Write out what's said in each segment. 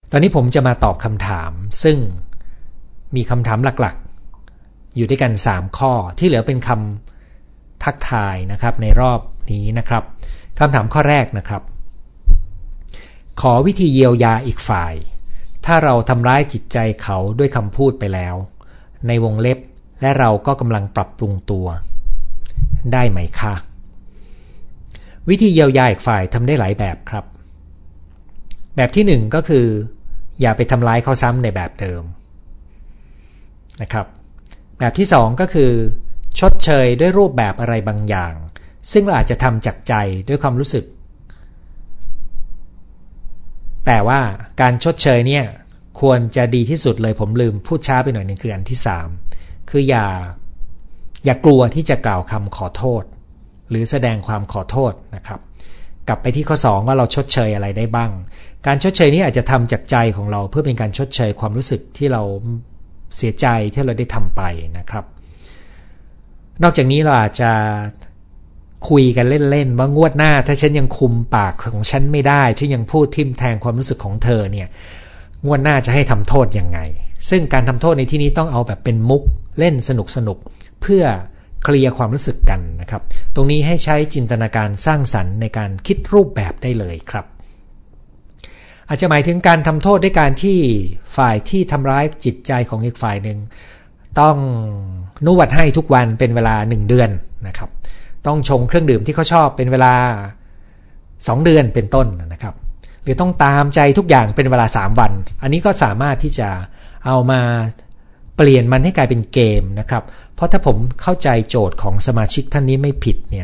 ตอนนี้ผมจะมาตอบคำถามซึ่งมีคำถามหลักๆอยู่ด้วยกัน3ข้อที่เหลือเป็นคำทักทายนะครับในรอบนี้นะครับคำถามข้อแรกนะครับขอวิธีเยียวยาอีกฝ่ายถ้าเราทำร้ายจิตใจเขาด้วยคำพูดไปแล้วในวงเล็บและเราก็กำลังปรับปรุงตัวได้ไหมคะวิธีเยียวยาอีกฝ่ายทำได้หลายแบบครับแบบที่1ก็คืออย่าไปทำร้ายเขาซ้ำในแบบเดิมนะครับแบบที่2ก็คือชดเชยด้วยรูปแบบอะไรบางอย่างซึ่งเราอาจจะทำจากใจด้วยความรู้สึกแต่ว่าการชดเชยเนี่ยควรจะดีที่สุดเลยผมลืมพูดช้าไปหน่อยนึงคืออันที่3คืออย่ากลัวที่จะกล่าวคำขอโทษหรือแสดงความขอโทษนะครับกลับไปที่ข้อ2ว่าเราชดเชยอะไรได้บ้างการชดเชยนี้อาจจะทำจากใจของเราเพื่อเป็นการชดเชยความรู้สึกที่เราเสียใจที่เราได้ทำไปนะครับนอกจากนี้เราอาจจะคุยกันเล่นๆว่างวดหน้าถ้าฉันยังคุมปากของฉันไม่ได้ฉันยังพูดทิ่มแทงความรู้สึกของเธอเนี่ยงวดหน้าจะให้ทำโทษยังไงซึ่งการทำโทษในที่นี้ต้องเอาแบบเป็นมุกเล่นสนุกเพื่อเคลียร์ความรู้สึกกันนะครับตรงนี้ให้ใช้จินตนาการสร้างสรรค์ในการคิดรูปแบบได้เลยครับอาจจะหมายถึงการทำโทษด้วยการที่ฝ่ายที่ทำร้ายจิตใจของอีกฝ่ายหนึ่งต้องนวดให้ทุกวันเป็นเวลา1เดือนนะครับต้องชงเครื่องดื่มที่เขาชอบเป็นเวลา2เดือนเป็นต้นนะครับหรือต้องตามใจทุกอย่างเป็นเวลา3วันอันนี้ก็สามารถที่จะเอามาเปลี่ยนมันให้กลายเป็นเกมนะครับเพราะถ้าผมเข้าใจโจทย์ของสมาชิกท่านนี้ไม่ผิดเนี่ย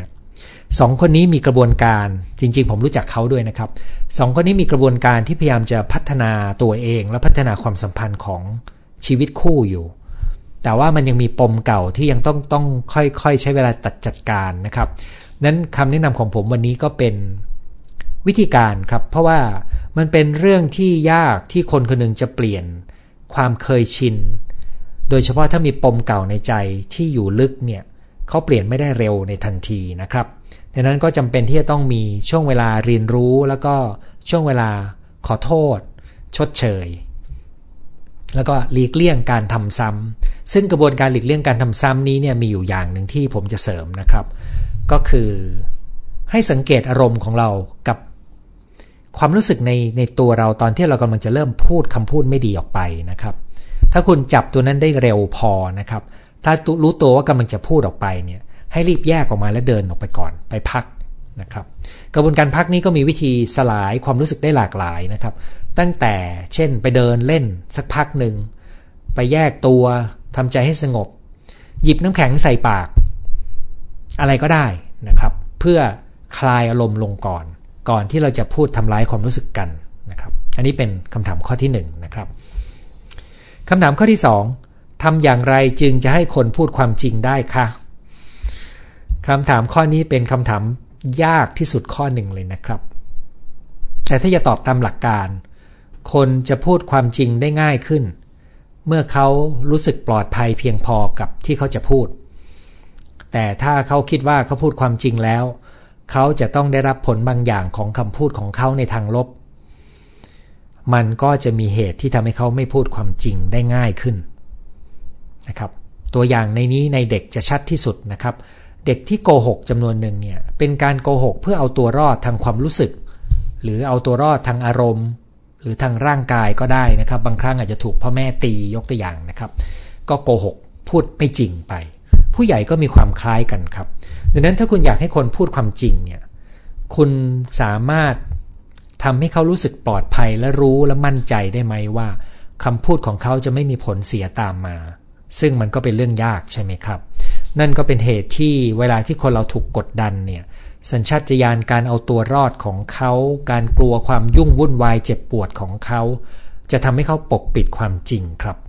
2คนนี้มีกระบวนการจริงๆผมรู้จักเขาด้วยนะครับ2คนนี้มีกระบวนการที่พยายามจะพัฒนาตัวเองและพัฒนาความสัมพันธ์ของชีวิตคู่อยู่แต่ว่ามันยังมีปมเก่าที่ยังต้องค่อยๆใช้เวลาจัดการนะครับนั้นคำแนะนำของผมวันนี้ก็เป็นวิธีการครับเพราะว่ามันเป็นเรื่องที่ยากที่คนคนหนึ่งจะเปลี่ยนความเคยชินโดยเฉพาะถ้ามีปมเก่าในใจที่อยู่ลึกเนี่ยเขาเปลี่ยนไม่ได้เร็วในทันทีนะครับดังนั้นก็จำเป็นที่จะต้องมีช่วงเวลาเรียนรู้แล้วก็ช่วงเวลาขอโทษชดเชยแล้วก็หลีกเลี่ยงการทำซ้ำซึ่งกระบวนการหลีกเลี่ยงการทำซ้ำนี้เนี่ยมีอยู่อย่างหนึ่งที่ผมจะเสริมนะครับก็คือให้สังเกตอารมณ์ของเรากับความรู้สึกในตัวเราตอนที่เรากำลังจะเริ่มพูดคำพูดไม่ดีออกไปนะครับถ้าคุณจับตัวนั้นได้เร็วพอนะครับถ้ารู้ตัวว่ากำลังจะพูดออกไปเนี่ยให้รีบแยกออกมาแล้วเดินออกไปก่อนไปพักนะครับกระบวนการพักนี้ก็มีวิธีสลายความรู้สึกได้หลากหลายนะครับตั้งแต่เช่นไปเดินเล่นสักพักหนึ่งไปแยกตัวทำใจให้สงบหยิบน้ำแข็งใส่ปากอะไรก็ได้นะครับเพื่อคลายอารมณ์ลงก่อนที่เราจะพูดทำร้ายความรู้สึกกันนะครับอันนี้เป็นคำถามข้อที่1นะครับคำถามข้อที่2ทำอย่างไรจึงจะให้คนพูดความจริงได้คะคำถามข้อนี้เป็นคำถามยากที่สุดข้อหนึ่งเลยนะครับแต่ถ้าจะตอบตามหลักการคนจะพูดความจริงได้ง่ายขึ้นเมื่อเขารู้สึกปลอดภัยเพียงพอกับที่เขาจะพูดแต่ถ้าเขาคิดว่าเขาพูดความจริงแล้วเขาจะต้องได้รับผลบางอย่างของคำพูดของเขาในทางลบมันก็จะมีเหตุที่ทำให้เขาไม่พูดความจริงได้ง่ายขึ้นนะครับตัวอย่างในนี้ในเด็กจะชัดที่สุดนะครับเด็กที่โกหกจำนวนหนึ่งเนี่ยเป็นการโกหกเพื่อเอาตัวรอดทางความรู้สึกหรือเอาตัวรอดทางอารมณ์หรือทางร่างกายก็ได้นะครับบางครั้งอาจจะถูกพ่อแม่ตียกตัวอย่างนะครับก็โกหกพูดไม่จริงไปผู้ใหญ่ก็มีความคล้ายกันครับดังนั้นถ้าคุณอยากให้คนพูดความจริงเนี่ยคุณสามารถทำให้เขารู้สึกปลอดภัยและรู้และมั่นใจได้ไหมว่าคำพูดของเขาจะไม่มีผลเสียตามมาซึ่งมันก็เป็นเรื่องยากใช่ไหมครับนั่นก็เป็นเหตุที่เวลาที่คนเราถูกกดดันเนี่ยสัญชาตญาณการเอาตัวรอดของเขาการกลัวความยุ่งวุ่นวายเจ็บปวดของเขาจะทำให้เขาปกปิดความจริงครับ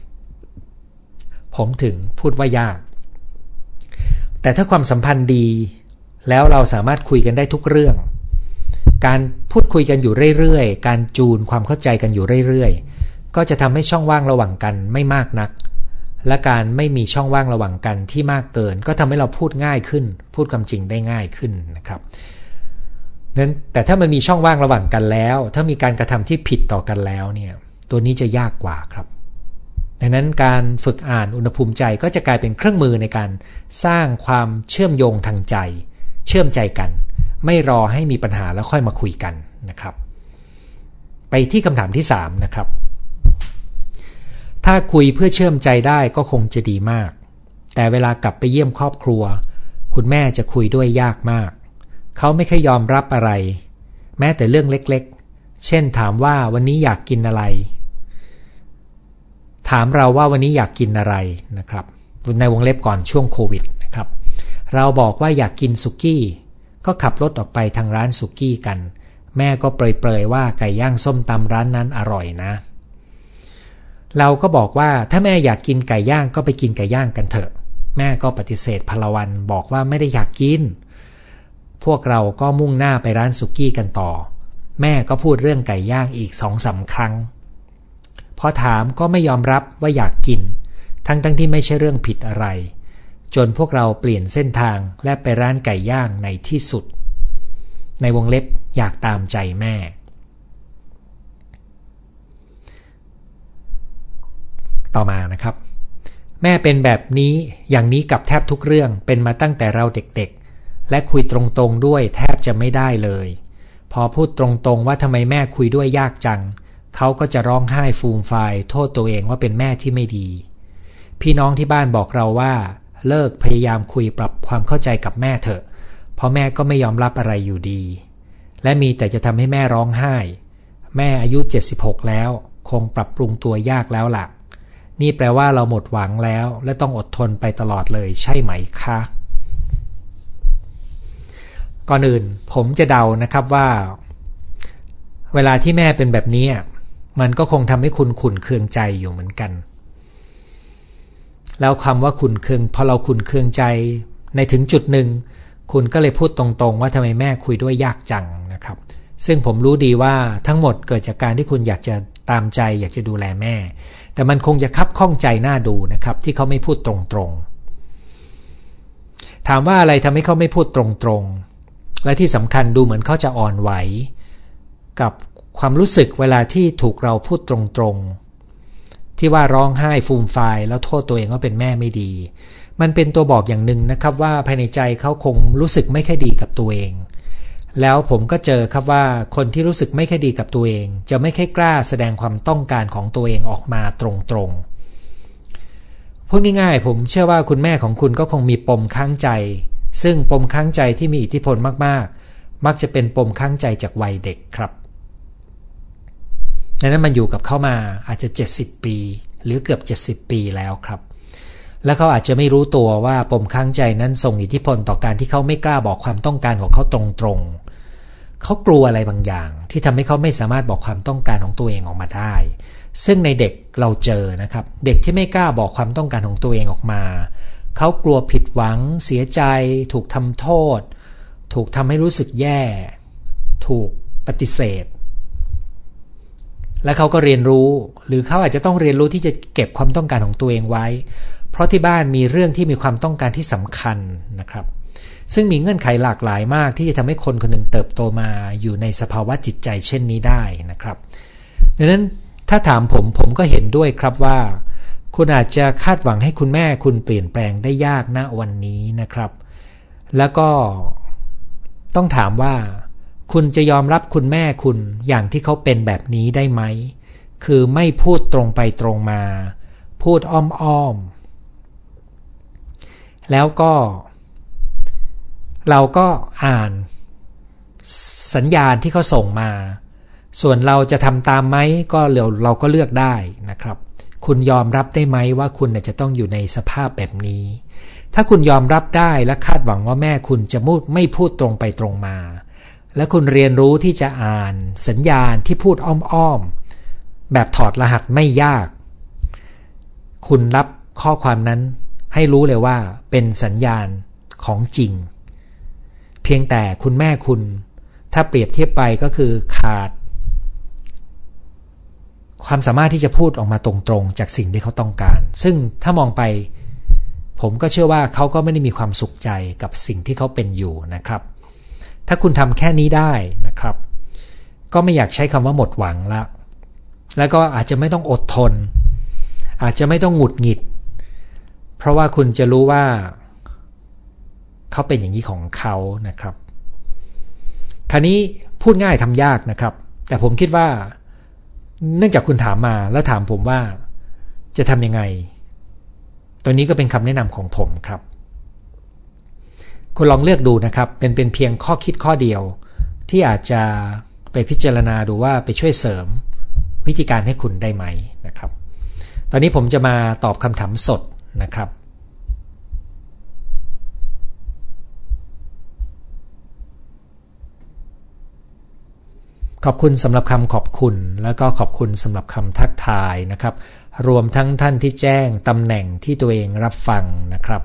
ผมถึงพูดว่ายากแต่ถ้าความสัมพันธ์ดีแล้วเราสามารถคุยกันได้ทุกเรื่องการพูดคุยกันอยู่เรื่อยๆการจูนความเข้าใจกันอยู่เรื่อยๆก็จะทำให้ช่องว่างระหว่างกันไม่มากนักและการไม่มีช่องว่างระหว่างกันที่มากเกินก็ทำให้เราพูดง่ายขึ้นพูดความจริงได้ง่ายขึ้นนะครับนั้นแต่ถ้ามันมีช่องว่างระหว่างกันแล้วถ้ามีการกระทำที่ผิดต่อกันแล้วเนี่ยตัวนี้จะยากกว่าครับดังนั้นการฝึกอ่านอุณหภูมิใจก็จะกลายเป็นเครื่องมือในการสร้างความเชื่อมโยงทางใจเชื่อมใจกันไม่รอให้มีปัญหาแล้วค่อยมาคุยกันนะครับไปที่คำถามที่3นะครับถ้าคุยเพื่อเชื่อมใจได้ก็คงจะดีมากแต่เวลากลับไปเยี่ยมครอบครัวคุณแม่จะคุยด้วยยากมากเขาไม่เคยยอมรับอะไรแม้แต่เรื่องเล็กๆเช่นถามว่าวันนี้อยากกินอะไรถามเราว่าวันนี้อยากกินอะไรนะครับในวงเล็บก่อนช่วงโควิดนะครับเราบอกว่าอยากกินสุกี้ก็ขับรถออกไปทางร้านสุกี้กันแม่ก็เปรยๆว่าไก่ย่างส้มตำร้านนั้นอร่อยนะเราก็บอกว่าถ้าแม่อยากกินไก่ย่างก็ไปกินไก่ย่างกันเถอะแม่ก็ปฏิเสธพลวันบอกว่าไม่ได้อยากกินพวกเราก็มุ่งหน้าไปร้านสุกี้กันต่อแม่ก็พูดเรื่องไก่ย่างอีก 2-3 ครั้งพอถามก็ไม่ยอมรับว่าอยากกินทั้งที่ไม่ใช่เรื่องผิดอะไรจนพวกเราเปลี่ยนเส้นทางและไปร้านไก่ย่างในที่สุดในวงเล็บอยากตามใจแม่ต่อมานะครับแม่เป็นแบบนี้อย่างนี้กับแทบทุกเรื่องเป็นมาตั้งแต่เราเด็กๆและคุยตรงๆด้วยแทบจะไม่ได้เลยพอพูดตรงๆว่าทำไมแม่คุยด้วยยากจังเขาก็จะร้องไห้ฟูมฟายโทษตัวเองว่าเป็นแม่ที่ไม่ดีพี่น้องที่บ้านบอกเราว่าเลิกพยายามคุยปรับความเข้าใจกับแม่เถอะเพราะแม่ก็ไม่ยอมรับอะไรอยู่ดีและมีแต่จะทำให้แม่ร้องไห้แม่อายุ76แล้วคงปรับปรุงตัวยากแล้วล่ะนี่แปลว่าเราหมดหวังแล้วและต้องอดทนไปตลอดเลยใช่ไหมคะก่อนอื่นผมจะเดานะครับว่าเวลาที่แม่เป็นแบบนี้มันก็คงทำให้คุณขุ่นเคืองใจอยู่เหมือนกันแล้วคำว่าขุ่นเคืองพอเราขุ่นเคืองใจในถึงจุดหนึ่งคุณก็เลยพูดตรงๆว่าทำไมแม่คุยด้วยยากจังนะครับซึ่งผมรู้ดีว่าทั้งหมดเกิดจากการที่คุณอยากจะตามใจอยากจะดูแลแม่แต่มันคงจะคับข้องใจน่าดูนะครับที่เขาไม่พูดตรงๆถามว่าอะไรทำให้เขาไม่พูดตรงๆและที่สำคัญดูเหมือนเขาจะอ่อนไหวกับความรู้สึกเวลาที่ถูกเราพูดตรงๆที่ว่าร้องไห้ฟูมฟายแล้วโทษตัวเองว่าเป็นแม่ไม่ดีมันเป็นตัวบอกอย่างหนึ่งนะครับว่าภายในใจเขาคงรู้สึกไม่ค่อยดีกับตัวเองแล้วผมก็เจอครับว่าคนที่รู้สึกไม่ค่อยดีกับตัวเองจะไม่ค่อยกล้าแสดงความต้องการของตัวเองออกมาตรงๆพูดง่ายๆผมเชื่อว่าคุณแม่ของคุณก็คงมีปมค้างใจซึ่งปมค้างใจที่มีอิทธิพลมากๆมักจะเป็นปมค้างใจจากวัยเด็กครับดังนั้นมันอยู่กับเขามาอาจจะ70ปีหรือเกือบ70ปีแล้วครับและเขาอาจจะไม่รู้ตัวว่าปมค้างใจนั้นส่งอิทธิพลต่อการที่เขาไม่กล้าบอกความต้องการของเขาตรงๆเขากลัวอะไรบางอย่างที่ทำให้เขาไม่สามารถบอกความต้องการของตัวเองออกมาได้ซึ่งในเด็กเราเจอนะครับเด็กที่ไม่กล้าบอกความต้องการของตัวเองออกมาเขากลัวผิดหวังเสียใจถูกทำโทษถูกทำให้รู้สึกแย่ถูกปฏิเสธและเขาก็เรียนรู้หรือเขาอาจจะต้องเรียนรู้ที่จะเก็บความต้องการของตัวเองไว้เพราะที่บ้านมีเรื่องที่มีความต้องการที่สำคัญนะครับซึ่งมีเงื่อนไขหลากหลายมากที่จะทำให้คนคนหนึ่งเติบโตมาอยู่ในสภาวะจิตใจเช่นนี้ได้นะครับดังนั้นถ้าถามผมก็เห็นด้วยครับว่าคุณอาจจะคาดหวังให้คุณแม่คุณเปลี่ยนแปลงได้ยากณวันนี้นะครับแล้วก็ต้องถามว่าคุณจะยอมรับคุณแม่คุณอย่างที่เขาเป็นแบบนี้ได้ไหมคือไม่พูดตรงไปตรงมาพูดอ้อมๆแล้วก็เราก็อ่านสัญญาณที่เขาส่งมาส่วนเราจะทำตามไหมก็เราก็เลือกได้นะครับคุณยอมรับได้ไหมว่าคุณจะต้องอยู่ในสภาพแบบนี้ถ้าคุณยอมรับได้และคาดหวังว่าแม่คุณจะไม่พูดตรงไปตรงมาและคุณเรียนรู้ที่จะอ่านสัญญาณที่พูดอ้อมๆแบบถอดรหัสไม่ยากคุณรับข้อความนั้นให้รู้เลยว่าเป็นสัญญาณของจริงเพียงแต่คุณแม่คุณถ้าเปรียบเทียบไปก็คือขาดความสามารถที่จะพูดออกมาตรงๆจากสิ่งที่เขาต้องการซึ่งถ้ามองไปผมก็เชื่อว่าเขาก็ไม่ได้มีความสุขใจกับสิ่งที่เขาเป็นอยู่นะครับถ้าคุณทำแค่นี้ได้นะครับก็ไม่อยากใช้คำว่าหมดหวังละแล้วก็อาจจะไม่ต้องอดทนอาจจะไม่ต้องหงุดหงิดเพราะว่าคุณจะรู้ว่าเขาเป็นอย่างนี้ของเขานะครับคราวนี้พูดง่ายทำยากนะครับแต่ผมคิดว่าเนื่องจากคุณถามมาแล้วถามผมว่าจะทำยังไงตัวนี้ก็เป็นคำแนะนำของผมครับคุณลองเลือกดูนะครับเป็นเพียงข้อคิดข้อเดียวที่อาจจะไปพิจารณาดูว่าไปช่วยเสริมวิธีการให้คุณได้ไหมนะครับตอนนี้ผมจะมาตอบคำถามสดนะครับขอบคุณสำหรับคำขอบคุณแล้วก็ขอบคุณสำหรับคำทักทายนะครับรวมทั้งท่านที่แจ้งตำแหน่งที่ตัวเองรับฟังนะครับ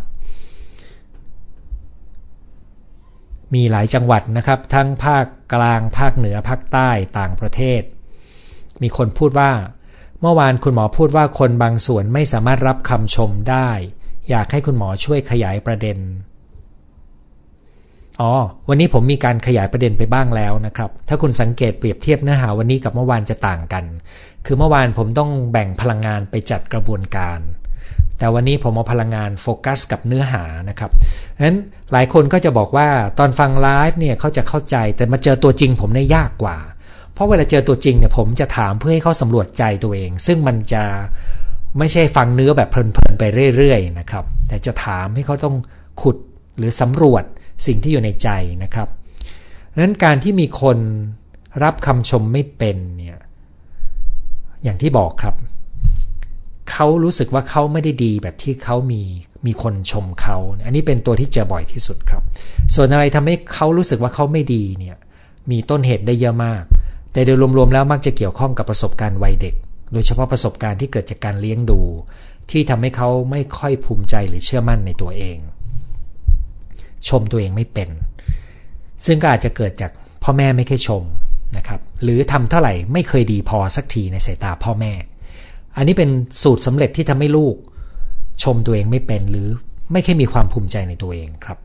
มีหลายจังหวัดนะครับทั้งภาคกลางภาคเหนือภาคใต้ต่างประเทศมีคนพูดว่าเมื่อวานคุณหมอพูดว่าคนบางส่วนไม่สามารถรับคำชมได้อยากให้คุณหมอช่วยขยายประเด็นวันนี้ผมมีการขยายประเด็นไปบ้างแล้วนะครับถ้าคุณสังเกตเปรียบเทียบเนื้อหาวันนี้กับเมื่อวานจะต่างกันคือเมื่อวานผมต้องแบ่งพลังงานไปจัดกระบวนการแต่วันนี้ผมเอาพลังงานโฟกัสกับเนื้อหานะครับงั้นหลายคนก็จะบอกว่าตอนฟังไลฟ์เนี่ยเขาจะเข้าใจแต่มาเจอตัวจริงผมเนี่ยยากกว่าเพราะเวลาเจอตัวจริงเนี่ยผมจะถามเพื่อให้เขาสำรวจใจตัวเองซึ่งมันจะไม่ใช่ฟังเนื้อแบบเพลินๆไปเรื่อยๆนะครับแต่จะถามให้เขาต้องขุดหรือสำรวจสิ่งที่อยู่ในใจนะครับนั้นการที่มีคนรับคำชมไม่เป็นเนี่ยอย่างที่บอกครับเขารู้สึกว่าเขาไม่ได้ดีแบบที่เขามีคนชมเขาอันนี้เป็นตัวที่เจอบ่อยที่สุดครับส่วนอะไรทำให้เขารู้สึกว่าเขาไม่ดีเนี่ยมีต้นเหตุได้เยอะมากแต่โดยรวมๆแล้วมักจะเกี่ยวข้องกับประสบการณ์วัยเด็กโดยเฉพาะประสบการณ์ที่เกิดจากการเลี้ยงดูที่ทำให้เขาไม่ค่อยภูมิใจหรือเชื่อมั่นในตัวเองชมตัวเองไม่เป็นซึ่งก็อาจจะเกิดจากพ่อแม่ไม่เคยชมนะครับหรือทำเท่าไหร่ไม่เคยดีพอสักทีในสายตาพ่อแม่อันนี้เป็นสูตรสำเร็จที่ทำให้ลูกชมตัวเองไม่เป็นหรือไม่เคยมีความภูมิใจในตัวเองครับ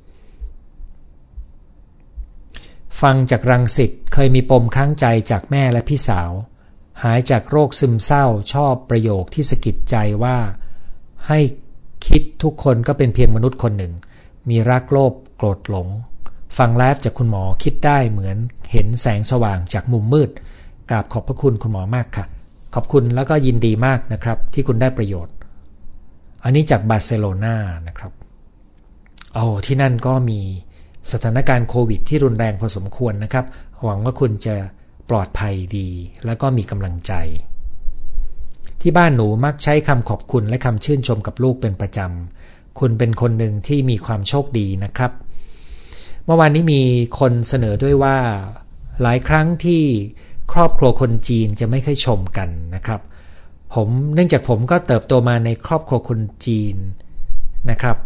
ฟังจากรังสิตเคยมีปมค้างใจจากแม่และพี่สาวหายจากโรคซึมเศร้าชอบประโยคที่สะกิดใจว่าให้คิดทุกคนก็เป็นเพียงมนุษย์คนหนึ่งมีรักโลภโกรธหลงฟังไลฟ์จากคุณหมอคิดได้เหมือนเห็นแสงสว่างจากมุมมืดกราบขอบพระคุณคุณหมอมากค่ะขอบคุณแล้วก็ยินดีมากนะครับที่คุณได้ประโยชน์อันนี้จากบาร์เซโลนานะครับที่นั่นก็มีสถานการณ์โควิดที่รุนแรงพอสมควรนะครับหวังว่าคุณจะปลอดภัยดีแล้วก็มีกำลังใจที่บ้านหนูมักใช้คำขอบคุณและคำชื่นชมกับลูกเป็นประจำคุณเป็นคนหนึ่งที่มีความโชคดีนะครับเมื่อวานนี้มีคนเสนอด้วยว่าหลายครั้งที่ครอบครัวคนจีนจะไม่ค่อยชมกันนะครับเนื่องจากผมก็เติบโตมาในครอบครัวคนจีนนะครับ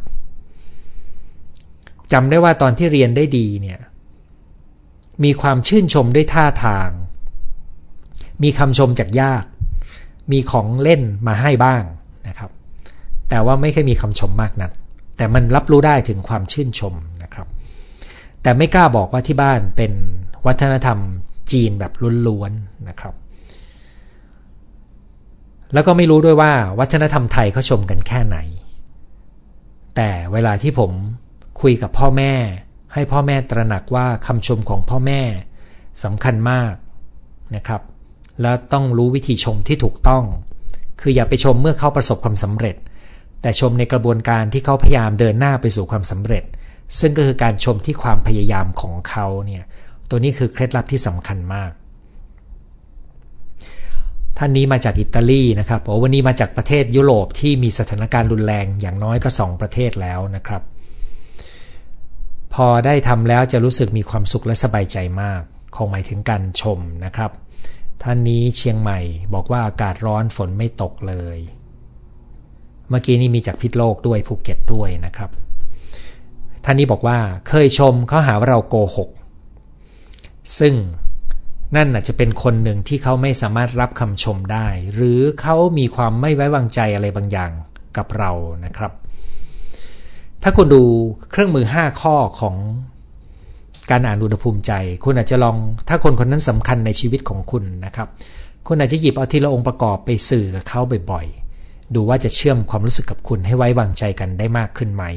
จำได้ว่าตอนที่เรียนได้ดีเนี่ยมีความชื่นชมด้วยท่าทางมีคำชมจากญาติมีของเล่นมาให้บ้างนะครับแต่ว่าไม่เคยมีคำชมมากนักแต่มันรับรู้ได้ถึงความชื่นชมนะครับแต่ไม่กล้าบอกว่าที่บ้านเป็นวัฒนธรรมจีนแบบล้วนๆนะครับแล้วก็ไม่รู้ด้วยว่าวัฒนธรรมไทยเขาชมกันแค่ไหนแต่เวลาที่ผมคุยกับพ่อแม่ให้พ่อแม่ตระหนักว่าคำชมของพ่อแม่สำคัญมากนะครับแล้วต้องรู้วิธีชมที่ถูกต้องคืออย่าไปชมเมื่อเขาประสบความสำเร็จแต่ชมในกระบวนการที่เขาพยายามเดินหน้าไปสู่ความสำเร็จซึ่งก็คือการชมที่ความพยายามของเขาเนี่ยตัวนี้คือเคล็ดลับที่สำคัญมากท่านนี้มาจากอิตาลีนะครับวันนี้มาจากประเทศยุโรปที่มีสถานการณ์รุนแรงอย่างน้อยก็2ประเทศแล้วนะครับพอได้ทำแล้วจะรู้สึกมีความสุขและสบายใจมากคงหมายถึงการชมนะครับท่านนี้เชียงใหม่บอกว่าอากาศร้อนฝนไม่ตกเลยเมื่อกี้นี้มีจากพิษโลกด้วยภูเก็ตด้วยนะครับท่านนี้บอกว่าเคยชมเขาหาว่าเราโกหกซึ่งนั่นอาจจะเป็นคนหนึ่งที่เขาไม่สามารถรับคำชมได้หรือเขามีความไม่ไว้วางใจอะไรบางอย่างกับเรานะครับถ้าคุณดูเครื่องมือ5ข้อของการอ่านอุณหภูมิใจคุณอาจจะลองถ้าคนคนนั้นสำคัญในชีวิตของคุณนะครับคุณอาจจะหยิบเอาทีละองค์ประกอบไปสื่อกับเขาบ่อยๆดูว่าจะเชื่อมความรู้สึกกับคุณให้ไว้วางใจกันได้มากขึ้นไหม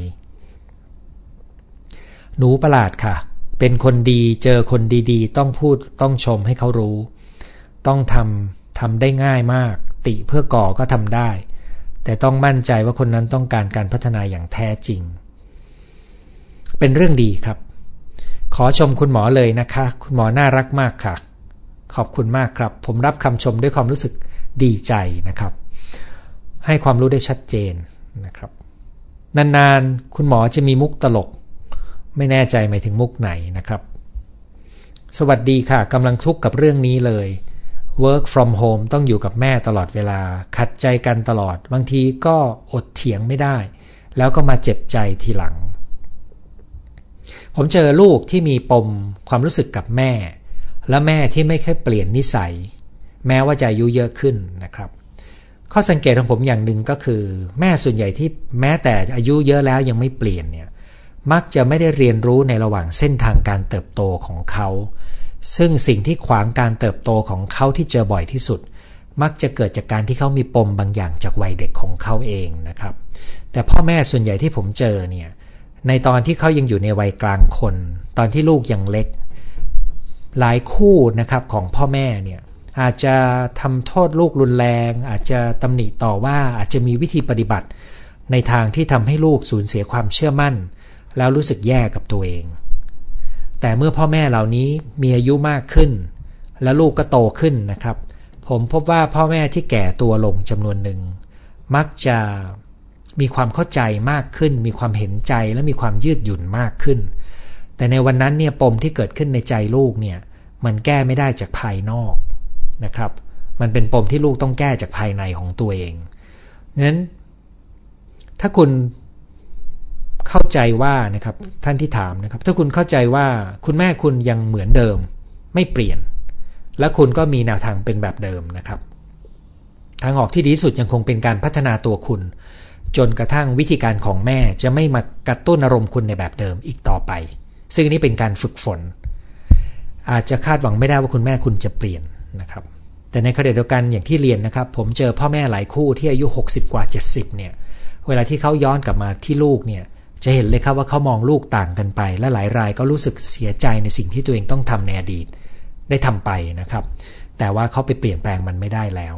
หนูประหลาดค่ะเป็นคนดีเจอคนดีๆต้องพูดต้องชมให้เขารู้ต้องทำได้ง่ายมากติเพื่อก่อก็ทำได้แต่ต้องมั่นใจว่าคนนั้นต้องการการพัฒนาอย่างแท้จริงเป็นเรื่องดีครับขอชมคุณหมอเลยนะคะคุณหมอน่ารักมากค่ะขอบคุณมากครับผมรับคำชมด้วยความรู้สึกดีใจนะครับให้ความรู้ได้ชัดเจนนะครับนานๆคุณหมอจะมีมุกตลกไม่แน่ใจหมายถึงมุกไหนนะครับสวัสดีค่ะกำลังทุกข์กับเรื่องนี้เลย work from home ต้องอยู่กับแม่ตลอดเวลาขัดใจกันตลอดบางทีก็อดเถียงไม่ได้แล้วก็มาเจ็บใจทีหลังผมเจอลูกที่มีปมความรู้สึกกับแม่และแม่ที่ไม่ค่อยเปลี่ยนนิสัยแม้ว่าจะอายุเยอะขึ้นนะครับข้อสังเกตของผมอย่างหนึ่งก็คือแม่ส่วนใหญ่ที่แม้แต่อายุเยอะแล้วยังไม่เปลี่ยนเนี่ยมักจะไม่ได้เรียนรู้ในระหว่างเส้นทางการเติบโตของเขาซึ่งสิ่งที่ขวางการเติบโตของเขาที่เจอบ่อยที่สุดมักจะเกิดจากการที่เขามีปมบางอย่างจากวัยเด็กของเขาเองนะครับแต่พ่อแม่ส่วนใหญ่ที่ผมเจอเนี่ยในตอนที่เขายังอยู่ในวัยกลางคนตอนที่ลูกยังเล็กหลายคู่นะครับของพ่อแม่เนี่ยอาจจะทำโทษลูกรุนแรงอาจจะตำหนิต่อว่าอาจจะมีวิธีปฏิบัติในทางที่ทำให้ลูกสูญเสียความเชื่อมั่นแล้วรู้สึกแย่กับตัวเองแต่เมื่อพ่อแม่เหล่านี้มีอายุมากขึ้นและลูกก็โตขึ้นนะครับผมพบว่าพ่อแม่ที่แก่ตัวลงจำนวนหนึ่งมักจะมีความเข้าใจมากขึ้นมีความเห็นใจและมีความยืดหยุ่นมากขึ้นแต่ในวันนั้นเนี่ยปมที่เกิดขึ้นในใจลูกเนี่ยมันแก้ไม่ได้จากภายนอกนะครับมันเป็นปมที่ลูกต้องแก้จากภายในของตัวเองนั้นถ้าคุณเข้าใจว่านะครับท่านที่ถามนะครับถ้าคุณเข้าใจว่าคุณแม่คุณยังเหมือนเดิมไม่เปลี่ยนและคุณก็มีแนวทางเป็นแบบเดิมนะครับทางออกที่ดีที่สุดยังคงเป็นการพัฒนาตัวคุณจนกระทั่งวิธีการของแม่จะไม่มากระตุ้นอารมณ์คุณในแบบเดิมอีกต่อไปซึ่งนี่เป็นการฝึกฝนอาจจะคาดหวังไม่ได้ว่าคุณแม่คุณจะเปลี่ยนนะครับแต่ในขณะเดียวกันอย่างที่เรียนนะครับผมเจอพ่อแม่หลายคู่ที่อายุ60กว่า70เนี่ยเวลาที่เขาย้อนกลับมาที่ลูกเนี่ยจะเห็นเลยครับว่าเขามองลูกต่างกันไปและหลายรายก็รู้สึกเสียใจในสิ่งที่ตัวเองต้องทำในอดีตได้ทำไปนะครับแต่ว่าเขาไปเปลี่ยนแปลงมันไม่ได้แล้ว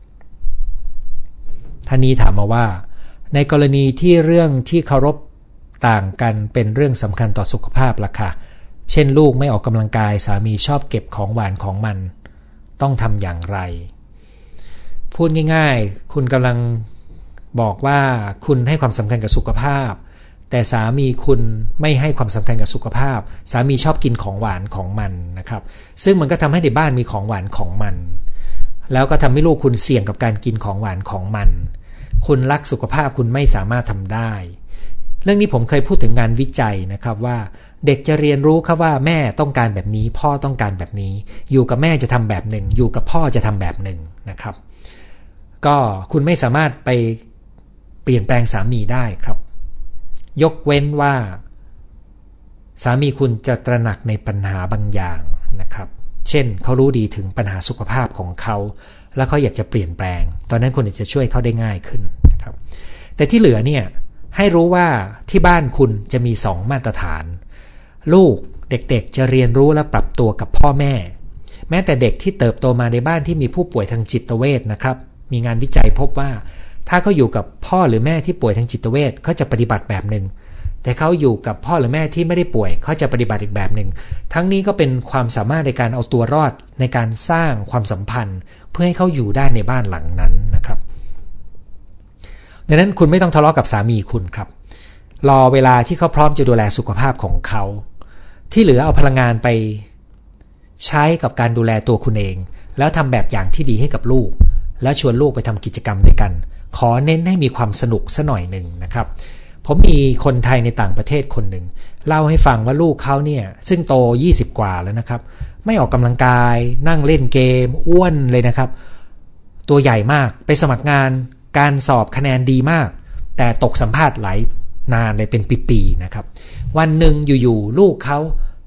ท่านนี้ถามมาว่าในกรณีที่เรื่องที่เคารพต่างกันเป็นเรื่องสำคัญต่อสุขภาพล่ะค่ะเช่นลูกไม่ออกกำลังกายสามีชอบเก็บของหวานของมันต้องทำอย่างไรพูดง่ายๆคุณกำลังบอกว่าคุณให้ความสำคัญกับสุขภาพแต่สามีคุณไม่ให้ความสำคัญกับสุขภาพสามีชอบกินของหวานของมันนะครับซึ่งมันก็ทำให้ในบ้านมีของหวานของมันแล้วก็ทำให้ลูกคุณเสี่ยงกับการกินของหวานของมันคุณรักสุขภาพคุณไม่สามารถทำได้เรื่องนี้ผมเคยพูดถึงงานวิจัยนะครับว่าเด็กจะเรียนรู้ครับว่าแม่ต้องการแบบนี้พ่อต้องการแบบนี้อยู่กับแม่จะทำแบบหนึ่งอยู่กับพ่อจะทำแบบหนึ่งนะครับก็คุณไม่สามารถไปเปลี่ยนแปลงสามีได้ครับยกเว้นว่าสามีคุณจะตระหนักในปัญหาบางอย่างนะครับเช่นเขารู้ดีถึงปัญหาสุขภาพของเขาแล้วเขาอยากจะเปลี่ยนแปลงตอนนั้นคุณจะช่วยเขาได้ง่ายขึ้นนะครับแต่ที่เหลือเนี่ยให้รู้ว่าที่บ้านคุณจะมี2มาตรฐานลูกเด็กๆจะเรียนรู้และปรับตัวกับพ่อแม่แม้แต่เด็กที่เติบโตมาในบ้านที่มีผู้ป่วยทางจิตเวชนะครับมีงานวิจัยพบว่าถ้าเขาอยู่กับพ่อหรือแม่ที่ป่วยทางจิตเวชเขาจะปฏิบัติแบบหนึ่งแต่เขาอยู่กับพ่อหรือแม่ที่ไม่ได้ป่วยเขาจะปฏิบัติอีกแบบหนึ่งทั้งนี้ก็เป็นความสามารถในการเอาตัวรอดในการสร้างความสัมพันธ์เพื่อให้เขาอยู่ได้ในบ้านหลังนั้นนะครับดังนั้นคุณไม่ต้องทะเลาะกับสามีคุณครับรอเวลาที่เขาพร้อมจะดูแลสุขภาพของเขาที่เหลือเอาพลังงานไปใช้กับการดูแลตัวคุณเองแล้วทำแบบอย่างที่ดีให้กับลูกแล้วชวนลูกไปทำกิจกรรมด้วยกันขอเน้นให้มีความสนุกซะหน่อยหนึ่งนะครับผมมีคนไทยในต่างประเทศคนหนึ่งเล่าให้ฟังว่าลูกเขาเนี่ยซึ่งโต20กว่าแล้วนะครับไม่ออกกำลังกายนั่งเล่นเกมอ้วนเลยนะครับตัวใหญ่มากไปสมัครงานการสอบคะแนนดีมากแต่ตกสัมภาษณ์หลายนานเลยเป็นปีๆนะครับวันหนึ่งอยู่ๆลูกเขา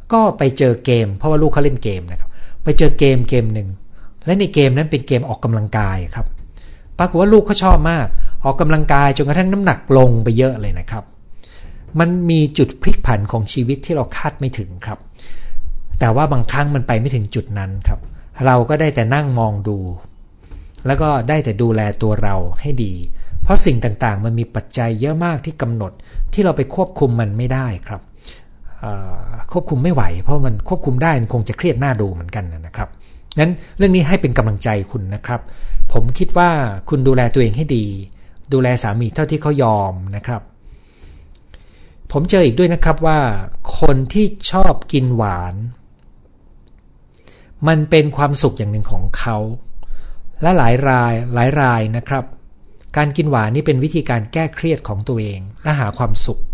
ก็ไปเจอเกมเพราะว่าลูกเขาเล่นเกมนะครับไปเจอเกมหนึ่งและในเกมนั้นเป็นเกมออกกำลังกายครับปรากฏว่าลูกเขาชอบมากออกกำลังกายจนกระทั่งน้ำหนักลงไปเยอะเลยนะครับมันมีจุดพลิกผันของชีวิตที่เราคาดไม่ถึงครับแต่ว่าบางครั้งมันไปไม่ถึงจุดนั้นครับเราก็ได้แต่นั่งมองดูแล้วก็ได้แต่ดูแลตัวเราให้ดีเพราะสิ่งต่างๆมันมีปัจจัยเยอะมากที่กำหนดที่เราไปควบคุมมันไม่ได้ครับควบคุมไม่ไหวเพราะมันควบคุมได้มันคงจะเครียดหน้าดูเหมือนกันนะครับงั้นเรื่องนี้ให้เป็นกำลังใจคุณนะครับผมคิดว่าคุณดูแลตัวเองให้ดีดูแลสามีเท่าที่เขายอมนะครับผมเจออีกด้วยนะครับว่าคนที่ชอบกินหวานมันเป็นความสุขอย่างหนึ่งของเขาและหลายรายนะครับการกินหวานนี่เป็นวิธีการแก้เครียดของตัวเองและหาความสุข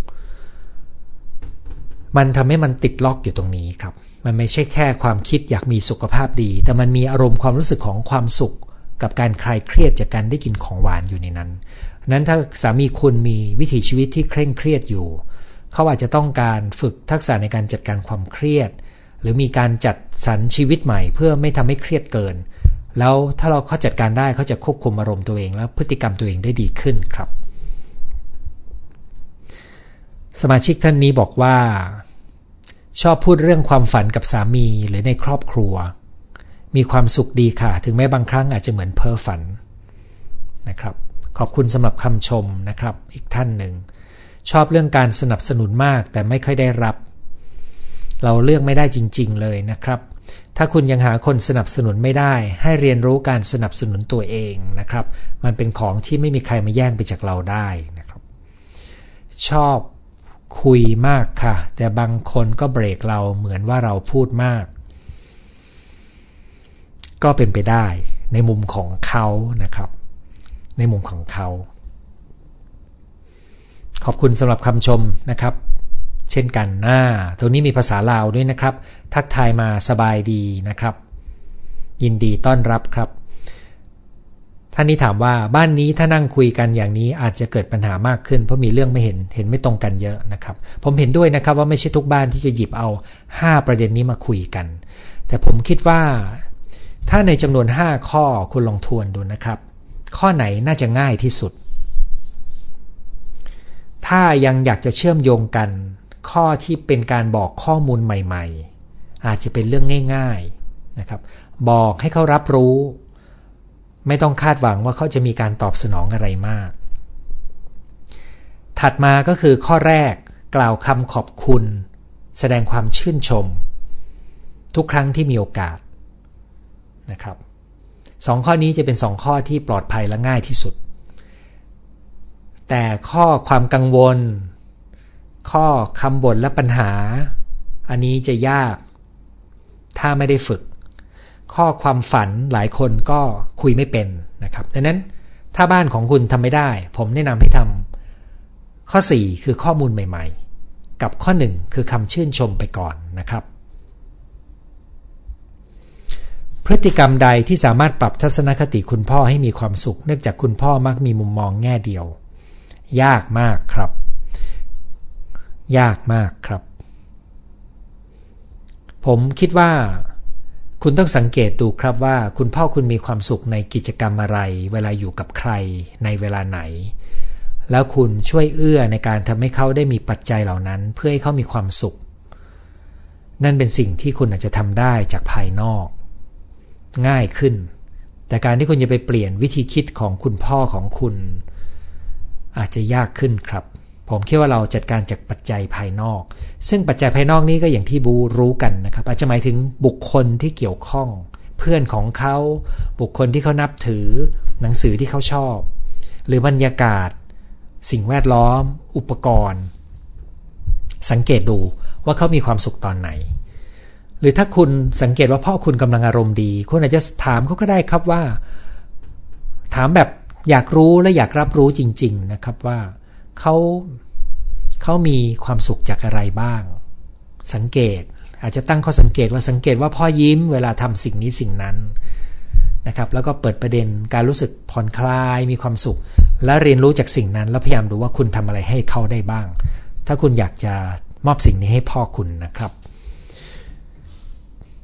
มันทำให้มันติดล็อกอยู่ตรงนี้ครับมันไม่ใช่แค่ความคิดอยากมีสุขภาพดีแต่มันมีอารมณ์ความรู้สึกของความสุขกับการคลายเครียดจากการได้กินของหวานอยู่ในนั้นนั้นถ้าสามีคุณมีวิถีชีวิตที่เคร่งเครียดอยู่เขาอาจจะต้องการฝึกทักษะในการจัดการความเครียดหรือมีการจัดสรรชีวิตใหม่เพื่อไม่ทำให้เครียดเกินแล้วถ้าเขาจัดการได้เขาจะควบคุมอารมณ์ตัวเองและพฤติกรรมตัวเองได้ดีขึ้นครับสมาชิกท่านนี้บอกว่าชอบพูดเรื่องความฝันกับสามีหรือในครอบครัวมีความสุขดีค่ะถึงแม้บางครั้งอาจจะเหมือนเพ้อฝันนะครับขอบคุณสำหรับคำชมนะครับอีกท่านหนึ่งชอบเรื่องการสนับสนุนมากแต่ไม่ค่อยได้รับเราเลือกไม่ได้จริงๆเลยนะครับถ้าคุณยังหาคนสนับสนุนไม่ได้ให้เรียนรู้การสนับสนุนตัวเองนะครับมันเป็นของที่ไม่มีใครมาแย่งไปจากเราได้นะครับชอบคุยมากค่ะแต่บางคนก็เบรกเราเหมือนว่าเราพูดมากก็เป็นไปได้ในมุมของเขานะครับในมุมของเขาขอบคุณสำหรับคำชมนะครับเช่นกันตรงนี้มีภาษาลาวด้วยนะครับทักทายมาสบายดีนะครับยินดีต้อนรับครับท่านนี้ถามว่าบ้านนี้ถ้านั่งคุยกันอย่างนี้อาจจะเกิดปัญหามากขึ้นเพราะมีเรื่องไม่เห็นไม่ตรงกันเยอะนะครับผมเห็นด้วยนะครับว่าไม่ใช่ทุกบ้านที่จะหยิบเอา5ประเด็นนี้มาคุยกันแต่ผมคิดว่าถ้าในจำนวน5ข้อคุณลองทวนดูนะครับข้อไหนน่าจะง่ายที่สุดถ้ายังอยากจะเชื่อมโยงกันข้อที่เป็นการบอกข้อมูลใหม่ๆอาจจะเป็นเรื่องง่ายๆนะครับบอกให้เขารับรู้ไม่ต้องคาดหวังว่าเขาจะมีการตอบสนองอะไรมากถัดมาก็คือข้อแรกกล่าวคำขอบคุณแสดงความชื่นชมทุกครั้งที่มีโอกาสนะครับ2ข้อนี้จะเป็น2ข้อที่ปลอดภัยและง่ายที่สุดแต่ข้อความกังวลข้อคำบ่นและปัญหาอันนี้จะยากถ้าไม่ได้ฝึกข้อความฝันหลายคนก็คุยไม่เป็นนะครับดังนั้นถ้าบ้านของคุณทำไม่ได้ผมแนะนำให้ทำข้อ4คือข้อมูลใหม่ๆกับข้อ1คือคำชื่นชมไปก่อนนะครับพฤติกรรมใดที่สามารถปรับทัศนคติคุณพ่อให้มีความสุขเนื่องจากคุณพ่อมักมีมุมมองแง่เดียวยากมากครับยากมากครับผมคิดว่าคุณต้องสังเกตดูครับว่าคุณพ่อคุณมีความสุขในกิจกรรมอะไรเวลาอยู่กับใครในเวลาไหนแล้วคุณช่วยเอื้อในการทำให้เขาได้มีปัจจัยเหล่านั้นเพื่อให้เขามีความสุขนั่นเป็นสิ่งที่คุณอาจจะทำได้จากภายนอกง่ายขึ้นแต่การที่คุณจะไปเปลี่ยนวิธีคิดของคุณพ่อของคุณอาจจะยากขึ้นครับผมคิดว่าเราจัดการจากปัจจัยภายนอกซึ่งปัจจัยภายนอกนี้ก็อย่างที่รู้กันนะครับอาจจะหมายถึงบุคคลที่เกี่ยวข้องเพื่อนของเขาบุคคลที่เขานับถือหนังสือที่เขาชอบหรือบรรยากาศสิ่งแวดล้อมอุปกรณ์สังเกตดูว่าเขามีความสุขตอนไหนหรือถ้าคุณสังเกตว่าพ่อคุณกำลังอารมณ์ดีคุณอาจจะถามเขาก็ได้ครับว่าถามแบบอยากรู้และอยากรับรู้จริงๆนะครับว่าเขามีความสุขจากอะไรบ้างสังเกตอาจจะตั้งข้อสังเกตว่าพ่อยิ้มเวลาทำสิ่งนี้สิ่งนั้นนะครับแล้วก็เปิดประเด็นการรู้สึกผ่อนคลายมีความสุขและเรียนรู้จากสิ่งนั้นแล้วพยายามดูว่าคุณทำอะไรให้เขาได้บ้างถ้าคุณอยากจะมอบสิ่งนี้ให้พ่อคุณนะครับ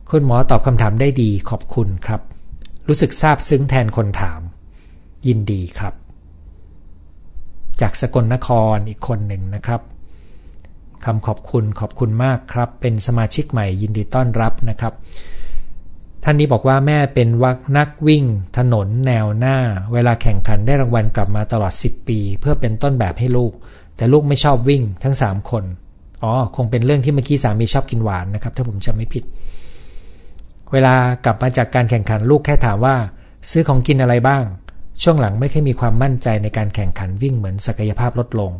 คุณหมอตอบคำถามได้ดีขอบคุณครับรู้สึกซาบซึ้งแทนคนถามยินดีครับจากสกลนครอีกคนหนึ่งนะครับคำขอบคุณมากครับเป็นสมาชิกใหม่ยินดีต้อนรับนะครับท่านนี้บอกว่าแม่เป็นนักวิ่งถนนแนวหน้าเวลาแข่งขันได้รางวัลกลับมาตลอด10ปีเพื่อเป็นต้นแบบให้ลูกแต่ลูกไม่ชอบวิ่งทั้ง3คนคงเป็นเรื่องที่เมื่อกี้สามีชอบกินหวานนะครับถ้าผมจำไม่ผิดเวลากลับมาจากการแข่งขันลูกแค่ถามว่าซื้อของกินอะไรบ้างช่วงหลังไม่ค่อยมีความมั่นใจในการแข่งขันวิ่งเหมือนศักยภาพลดลง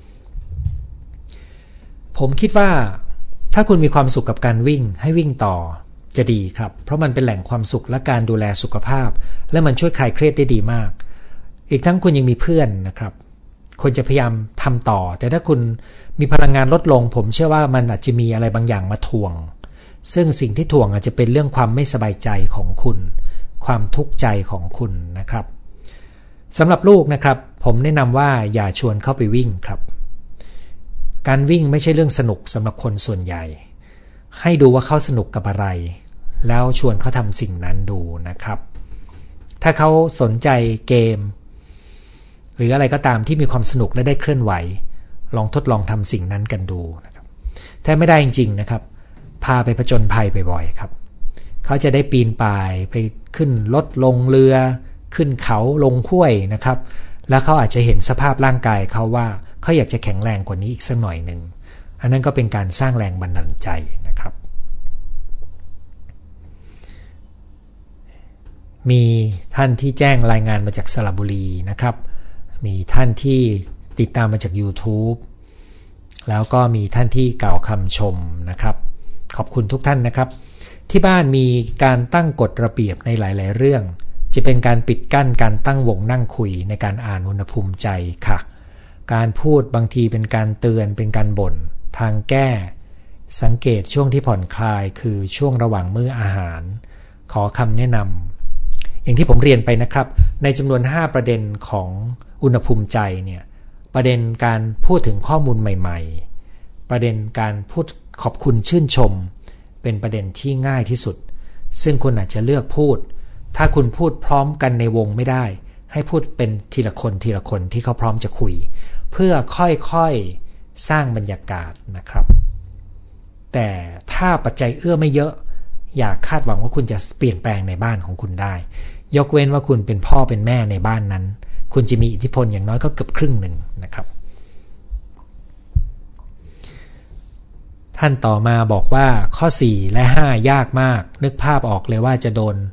ผมคิดว่าถ้าคุณมีความสุขกับการวิ่งให้วิ่งต่อจะดีครับเพราะมันเป็นแหล่งความสุขและการดูแลสุขภาพและมันช่วยคลายเครียดได้ดีมากอีกทั้งคุณยังมีเพื่อนนะครับควรจะพยายามทำต่อแต่ถ้าคุณมีพลังงานลดลงผมเชื่อว่ามันอาจจะมีอะไรบางอย่างมาถ่วงซึ่งสิ่งที่ถ่วงอาจจะเป็นเรื่องความไม่สบายใจของคุณความทุกข์ใจของคุณนะครับสำหรับลูกนะครับผมแนะนำว่าอย่าชวนเข้าไปวิ่งครับการวิ่งไม่ใช่เรื่องสนุกสำหรับคนส่วนใหญ่ให้ดูว่าเขาสนุกกับอะไรแล้วชวนเขาทำสิ่งนั้นดูนะครับถ้าเขาสนใจเกมหรืออะไรก็ตามที่มีความสนุกและได้เคลื่อนไหวลองทดลองทำสิ่งนั้นกันดูนะครับถ้าไม่ได้จริงๆนะครับพาไปผจญภัยบ่อยๆครับเขาจะได้ปีนป่ายไปขึ้นรถลงเรือขึ้นเขาลงห้วยนะครับแล้วเขาอาจจะเห็นสภาพร่างกายเขาว่าเขาอยากจะแข็งแรงกว่านี้อีกสักหน่อยหนึ่งอันนั้นก็เป็นการสร้างแรงบันดาลใจนะครับมีท่านที่แจ้งรายงานมาจากสระบุรีนะครับมีท่านที่ติดตามมาจาก YouTube แล้วก็มีท่านที่กล่าวคำชมนะครับขอบคุณทุกท่านนะครับที่บ้านมีการตั้งกฎระเบียบในหลายๆเรื่องจะเป็นการปิดกั้นการตั้งวงนั่งคุยในการอ่านอุณหภูมิใจค่ะการพูดบางทีเป็นการเตือนเป็นการบ่นทางแก้สังเกตช่วงที่ผ่อนคลายคือช่วงระหว่างมื้ออาหารขอคำแนะนำอย่างที่ผมเรียนไปนะครับในจำนวน5ประเด็นของอุณหภูมิใจเนี่ยประเด็นการพูดถึงข้อมูลใหม่ๆประเด็นการพูดขอบคุณชื่นชมเป็นประเด็นที่ง่ายที่สุดซึ่งคุณอาจจะเลือกพูดถ้าคุณพูดพร้อมกันในวงไม่ได้ให้พูดเป็นทีละคนที่เขาพร้อมจะคุยเพื่อค่อยๆสร้างบรรยากาศนะครับแต่ถ้าปัจจัยเอื้อไม่เยอะอย่าคาดหวังว่าคุณจะเปลี่ยนแปลงในบ้านของคุณได้ยกเว้นว่าคุณเป็นพ่อเป็นแม่ในบ้านนั้นคุณจะมีอิทธิพลอย่างน้อยก็เกือบครึ่งหนึ่งนะครับท่านต่อมาบอกว่าข้อ4และ5ยากมากนึกภาพออกเลยว่าจะโดน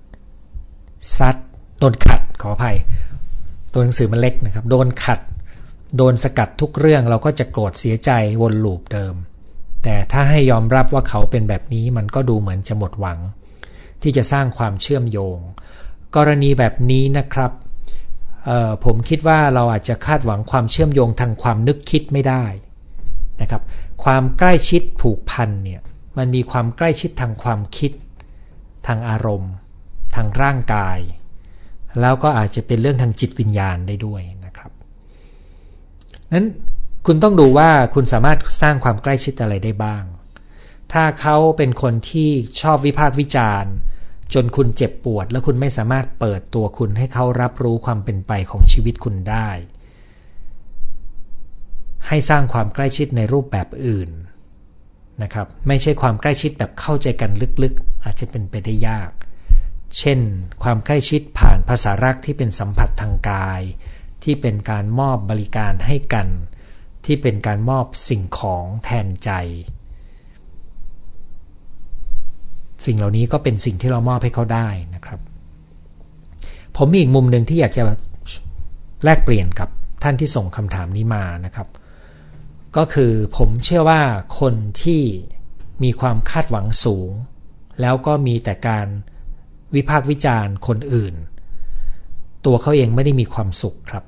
ขัดขออภัยตัวหนังสือมันเล็กนะครับโดนขัดโดนสกัดทุกเรื่องเราก็จะโกรธเสียใจวนลูปเดิมแต่ถ้าให้ยอมรับว่าเขาเป็นแบบนี้มันก็ดูเหมือนจะหมดหวังที่จะสร้างความเชื่อมโยงกรณีแบบนี้นะครับผมคิดว่าเราอาจจะคาดหวังความเชื่อมโยงทางความนึกคิดไม่ได้นะครับความใกล้ชิดผูกพันเนี่ยมันมีความใกล้ชิดทางความคิดทางอารมณ์ทางร่างกายแล้วก็อาจจะเป็นเรื่องทางจิตวิญญาณได้ด้วยนะครับนั้นคุณต้องดูว่าคุณสามารถสร้างความใกล้ชิดอะไรได้บ้างถ้าเขาเป็นคนที่ชอบวิพากษ์วิจารณ์จนคุณเจ็บปวดและคุณไม่สามารถเปิดตัวคุณให้เขารับรู้ความเป็นไปของชีวิตคุณได้ให้สร้างความใกล้ชิดในรูปแบบอื่นนะครับไม่ใช่ความใกล้ชิดแบบเข้าใจกันลึกๆอาจจะเป็นไปได้ยากเช่นความใกล้ชิดผ่านภาษารักที่เป็นสัมผัสทางกายที่เป็นการมอบบริการให้กันที่เป็นการมอบสิ่งของแทนใจสิ่งเหล่านี้ก็เป็นสิ่งที่เรามอบให้เขาได้นะครับผมมีอีกมุมหนึ่งที่อยากจะแลกเปลี่ยนกับท่านที่ส่งคำถามนี้มานะครับก็คือผมเชื่อว่าคนที่มีความคาดหวังสูงแล้วก็มีแต่การวิพากษ์วิจารณ์คนอื่นตัวเขาเองไม่ได้มีความสุขครับ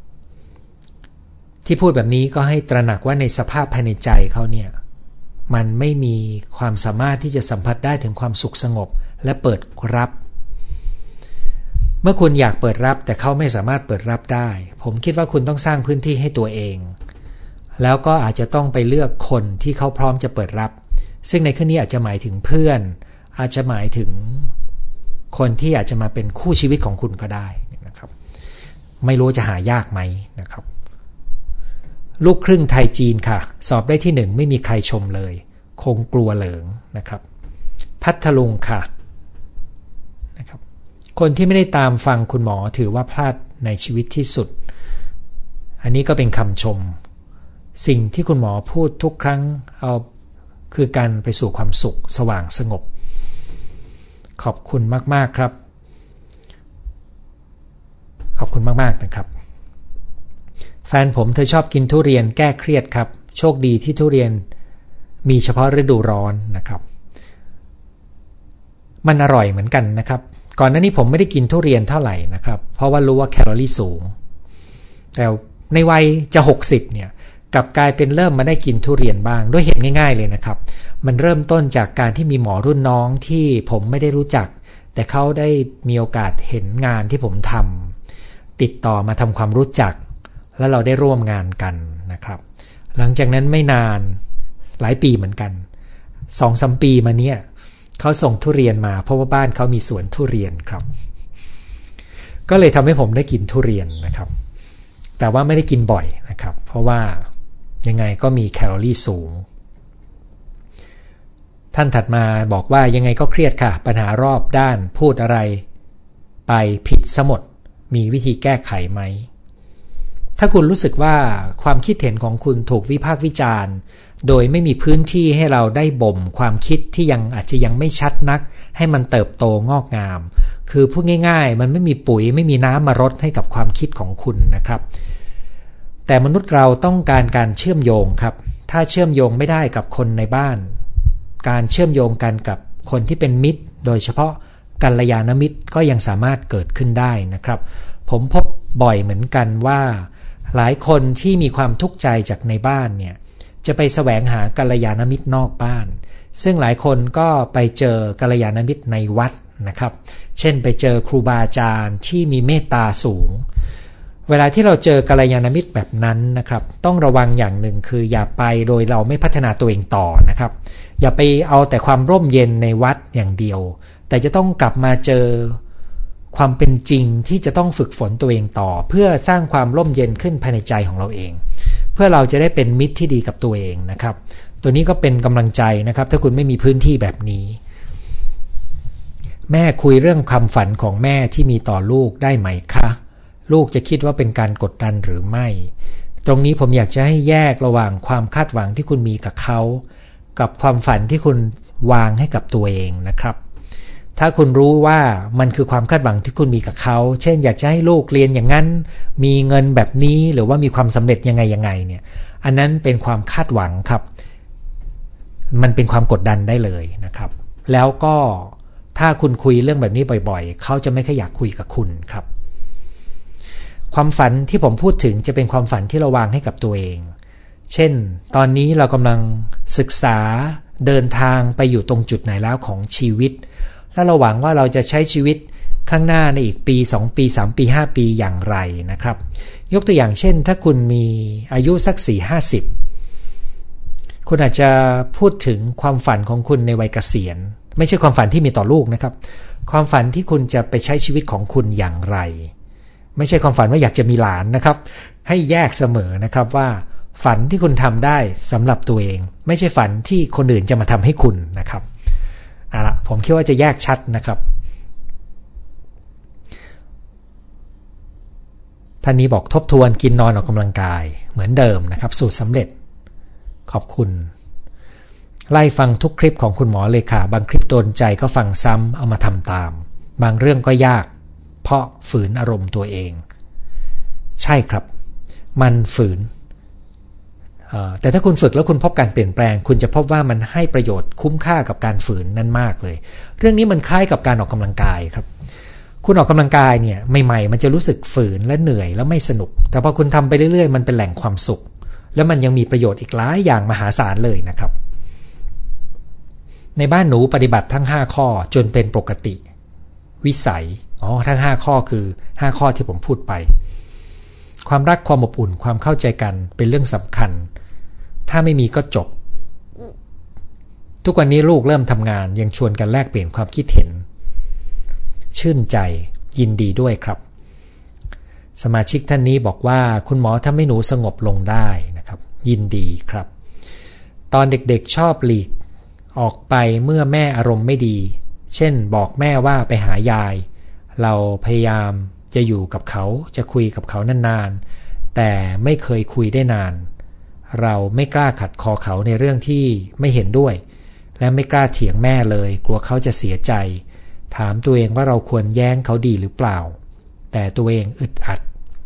ที่พูดแบบนี้ก็ให้ตระหนักว่าในสภาพภายในใจเขาเนี่ยมันไม่มีความสามารถที่จะสัมผัสได้ถึงความสุขสงบและเปิดรับเมื่อคุณอยากเปิดรับแต่เขาไม่สามารถเปิดรับได้ผมคิดว่าคุณต้องสร้างพื้นที่ให้ตัวเองแล้วก็อาจจะต้องไปเลือกคนที่เขาพร้อมจะเปิดรับซึ่งในที่นี้อาจจะหมายถึงเพื่อนอาจจะหมายถึงคนที่อาจจะมาเป็นคู่ชีวิตของคุณก็ได้นะครับไม่รู้จะหายากไหมนะครับลูกครึ่งไทยจีนค่ะสอบได้ที่1ไม่มีใครชมเลยคงกลัวเหลิงนะครับพัทลุงค่ะนะครับคนที่ไม่ได้ตามฟังคุณหมอถือว่าพลาดในชีวิตที่สุดอันนี้ก็เป็นคำชมสิ่งที่คุณหมอพูดทุกครั้งเอาคือการไปสู่ความสุขสว่างสงบขอบคุณมากๆครับขอบคุณมากๆนะครับแฟนผมเธอชอบกินทุเรียนแก้เครียดครับโชคดีที่ทุเรียนมีเฉพาะฤดูร้อนนะครับมันอร่อยเหมือนกันนะครับก่อนหน้านี้ผมไม่ได้กินทุเรียนเท่าไหร่นะครับเพราะว่ารู้ว่าแคลอรี่สูงแต่ในวัยจะ60เนี่ยกลับกลายเป็นเริ่มมาได้กินทุเรียนบ้างด้วยเหตุง่ายๆเลยนะครับมันเริ่มต้นจากการที่มีหมอรุ่นน้องที่ผมไม่ได้รู้จักแต่เขาได้มีโอกาสเห็นงานที่ผมทำติดต่อมาทำความรู้จักแล้วเราได้ร่วมงานกันนะครับหลังจากนั้นไม่นานหลายปีเหมือนกัน 2-3 ปีมาเนี่ยเขาส่งทุเรียนมาเพราะว่าบ้านเขามีสวนทุเรียนครับก็เลยทำให้ผมได้กินทุเรียนนะครับแต่ว่าไม่ได้กินบ่อยนะครับเพราะว่ายังไงก็มีแคลอรี่สูงท่านถัดมาบอกว่ายังไงก็เครียดค่ะปัญหารอบด้านพูดอะไรไปผิดซะหมดมีวิธีแก้ไขไหมถ้าคุณรู้สึกว่าความคิดเห็นของคุณถูกวิพากษ์วิจารณ์โดยไม่มีพื้นที่ให้เราได้บ่มความคิดที่อาจจะยังไม่ชัดนักให้มันเติบโตงอกงามคือพูดง่ายๆมันไม่มีปุ๋ยไม่มีน้ำมารดให้กับความคิดของคุณนะครับแต่มนุษย์เราต้องการเชื่อมโยงครับถ้าเชื่อมโยงไม่ได้กับคนในบ้านการเชื่อมโยงกันกับคนที่เป็นมิตรโดยเฉพาะกัลยาณมิตรก็ยังสามารถเกิดขึ้นได้นะครับผมพบบ่อยเหมือนกันว่าหลายคนที่มีความทุกข์ใจจากในบ้านเนี่ยจะไปแสวงหากัลยาณมิตรนอกบ้านซึ่งหลายคนก็ไปเจอกัลยาณมิตรในวัดนะครับเช่นไปเจอครูบาอาจารย์ที่มีเมตตาสูงเวลาที่เราเจอกัลยาณมิตรแบบนั้นนะครับต้องระวังอย่างหนึ่งคืออย่าไปโดยเราไม่พัฒนาตัวเองต่อนะครับอย่าไปเอาแต่ความร่มเย็นในวัดอย่างเดียวแต่จะต้องกลับมาเจอความเป็นจริงที่จะต้องฝึกฝนตัวเองต่อเพื่อสร้างความร่มเย็นขึ้นภายในใจของเราเองเพื่อเราจะได้เป็นมิตรที่ดีกับตัวเองนะครับตัวนี้ก็เป็นกำลังใจนะครับถ้าคุณไม่มีพื้นที่แบบนี้แม่คุยเรื่องความฝันของแม่ที่มีต่อลูกได้ไหมคะลูกจะคิดว่าเป็นการกดดันหรือไม่ตรงนี้ผมอยากจะให้แยกระหว่างความคาดหวังที่คุณมีกับเขากับความฝันที่คุณวางให้กับตัวเองนะครับถ้าคุณรู้ว่ามันคือความคาดหวังที่คุณมีกับเขาเช่นอยากจะให้ลูกเรียนอย่างนั้นมีเงินแบบนี้หรือว่ามีความสำเร็จยังไงเนี่ยอันนั้นเป็นความคาดหวังครับมันเป็นความกดดันได้เลยนะครับแล้วก็ถ้าคุณคุยเรื่องแบบนี้บ่อยๆเขาจะไม่ค่อยอยากคุยกับคุณครับความฝันที่ผมพูดถึงจะเป็นความฝันที่เราวางให้กับตัวเองเช่นตอนนี้เรากำลังศึกษาเดินทางไปอยู่ตรงจุดไหนแล้วของชีวิตและเราหวังว่าเราจะใช้ชีวิตข้างหน้าในอีกปี2ปี3ปี5ปีอย่างไรนะครับยกตัวอย่างเช่นถ้าคุณมีอายุสัก 4-50 คุณอาจจะพูดถึงความฝันของคุณในวัยเกษียณไม่ใช่ความฝันที่มีต่อลูกนะครับความฝันที่คุณจะไปใช้ชีวิตของคุณอย่างไรไม่ใช่ความฝันว่าอยากจะมีหลานนะครับให้แยกเสมอนะครับว่าฝันที่คุณทำได้สำหรับตัวเองไม่ใช่ฝันที่คนอื่นจะมาทำให้คุณนะครับผมคิดว่าจะแยกชัดนะครับท่านนี้บอกทบทวนกินนอนออกกำลังกายเหมือนเดิมนะครับสูตรสำเร็จขอบคุณไล่ฟังทุกคลิปของคุณหมอเลยค่ะบางคลิปโดนใจก็ฟังซ้ำเอามาทำตามบางเรื่องก็ยากเพราะฝืนอารมณ์ตัวเองใช่ครับมันฝืนแต่ถ้าคุณฝึกแล้วคุณพบการเปลี่ยนแปลงคุณจะพบว่ามันให้ประโยชน์คุ้มค่ากับการฝืนนั่นมากเลยเรื่องนี้มันคล้ายกับการออกกำลังกายครับคุณออกกำลังกายเนี่ยใหม่ๆมันจะรู้สึกฝืนและเหนื่อยแล้วไม่สนุกแต่พอคุณทำไปเรื่อยๆมันเป็นแหล่งความสุขแล้วมันยังมีประโยชน์อีกหลายอย่างมหาศาลเลยนะครับในบ้านหนูปฏิบัติทั้ง5ข้อจนเป็นปกติวิสัยทั้ง5ข้อคือ5ข้อที่ผมพูดไปความรักความอบอุ่นความเข้าใจกันเป็นเรื่องสำคัญถ้าไม่มีก็จบทุกวันนี้ลูกเริ่มทำงานยังชวนกันแลกเปลี่ยนความคิดเห็นชื่นใจยินดีด้วยครับสมาชิกท่านนี้บอกว่าคุณหมอทำให้หนูสงบลงได้นะครับยินดีครับตอนเด็กๆชอบหลีกออกไปเมื่อแม่อารมณ์ไม่ดีเช่นบอกแม่ว่าไปหายายเราพยายามจะอยู่กับเขาจะคุยกับเขานานๆแต่ไม่เคยคุยได้นานเราไม่กล้าขัดคอเขาในเรื่องที่ไม่เห็นด้วยและไม่กล้าเถียงแม่เลยกลัวเขาจะเสียใจถามตัวเองว่าเราควรแย้งเขาดีหรือเปล่าแต่ตัวเองอึดอัด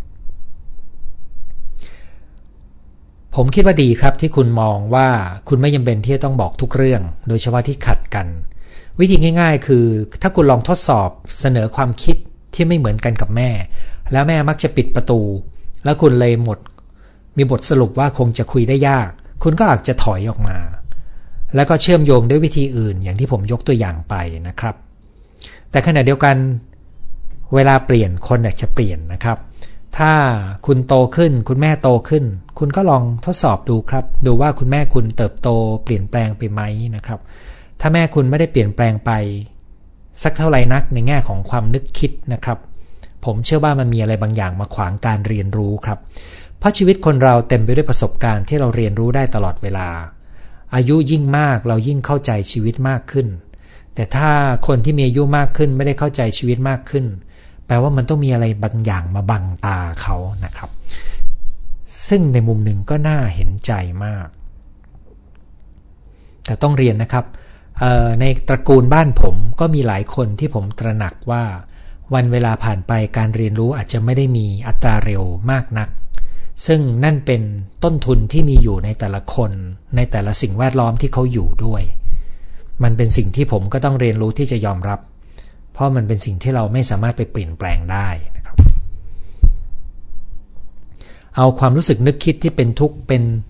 ผมคิดว่าดีครับที่คุณมองว่าคุณไม่จำเป็นที่จะต้องบอกทุกเรื่องโดยเฉพาะที่ขัดกันวิธีง่ายๆคือถ้าคุณลองทดสอบเสนอความคิดที่ไม่เหมือนกันกับแม่แล้วแม่มักจะปิดประตูแล้วคุณเลยมีบทสรุปว่าคงจะคุยได้ยากคุณก็อาจจะถอยออกมาแล้วก็เชื่อมโยงด้วยวิธีอื่นอย่างที่ผมยกตัวอย่างไปนะครับแต่ขณะเดียวกันเวลาเปลี่ยนคนอยากจะเปลี่ยนนะครับถ้าคุณโตขึ้นคุณแม่โตขึ้นคุณก็ลองทดสอบดูครับดูว่าคุณแม่คุณเติบโตเปลี่ยนแปลงไปไหมนะครับถ้าแม่คุณไม่ได้เปลี่ยนแปลงไปสักเท่าไหร่นักในแง่ของความนึกคิดนะครับผมเชื่อว่ามันมีอะไรบางอย่างมาขวางการเรียนรู้ครับเพราะชีวิตคนเราเต็มไปด้วยประสบการณ์ที่เราเรียนรู้ได้ตลอดเวลาอายุยิ่งมากเรายิ่งเข้าใจชีวิตมากขึ้นแต่ถ้าคนที่มีอายุมากขึ้นไม่ได้เข้าใจชีวิตมากขึ้นแปลว่ามันต้องมีอะไรบางอย่างมาบังตาเขานะครับซึ่งในมุมหนึ่งก็น่าเห็นใจมากแต่ต้องเรียนนะครับในตระกูลบ้านผมก็มีหลายคนที่ผมตระหนักว่าวันเวลาผ่านไปการเรียนรู้อาจจะไม่ได้มีอัตราเร็วมากนักซึ่งนั่นเป็นต้นทุนที่มีอยู่ในแต่ละคนในแต่ละสิ่งแวดล้อมที่เขาอยู่ด้วยมันเป็นสิ่งที่ผมก็ต้องเรียนรู้ที่จะยอมรับเพราะมันเป็นสิ่งที่เราไม่สามารถไปเปลี่ยนแปลงได้นะครับเอาความรู้สึกนึกคิดที่เป็นทุกข์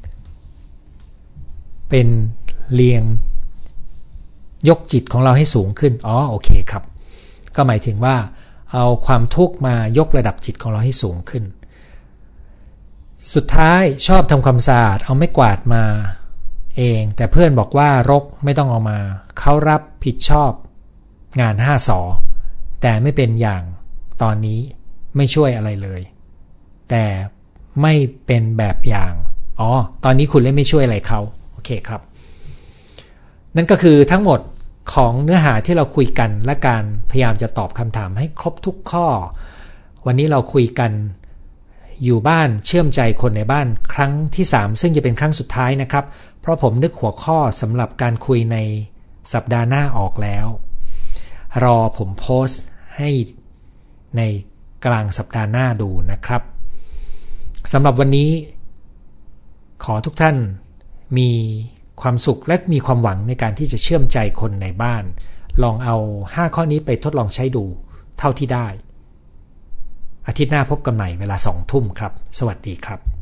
เป็นเรียงยกจิตของเราให้สูงขึ้นโอเคครับก็หมายถึงว่าเอาความทุกข์มายกระดับจิตของเราให้สูงขึ้นสุดท้ายชอบทำความสะอาดเอาไม้กวาดมาเองแต่เพื่อนบอกว่ารกไม่ต้องเอามาเขารับผิดชอบงาน5 สอแต่ไม่เป็นอย่างตอนนี้ไม่ช่วยอะไรเลยแต่ไม่เป็นแบบอย่างตอนนี้คุณเลยไม่ช่วยอะไรเขาโอเคครับนั่นก็คือทั้งหมดของเนื้อหาที่เราคุยกันและการพยายามจะตอบคำถามให้ครบทุกข้อวันนี้เราคุยกันอยู่บ้านเชื่อมใจคนในบ้านครั้งที่3ซึ่งจะเป็นครั้งสุดท้ายนะครับเพราะผมนึกหัวข้อสำหรับการคุยในสัปดาห์หน้าออกแล้วรอผมโพสต์ให้ในกลางสัปดาห์หน้าดูนะครับสำหรับวันนี้ขอทุกท่านมีความสุขและมีความหวังในการที่จะเชื่อมใจคนในบ้านลองเอา5ข้อนี้ไปทดลองใช้ดูเท่าที่ได้อาทิตย์หน้าพบกันใหม่เวลา 20:00 นครับสวัสดีครับ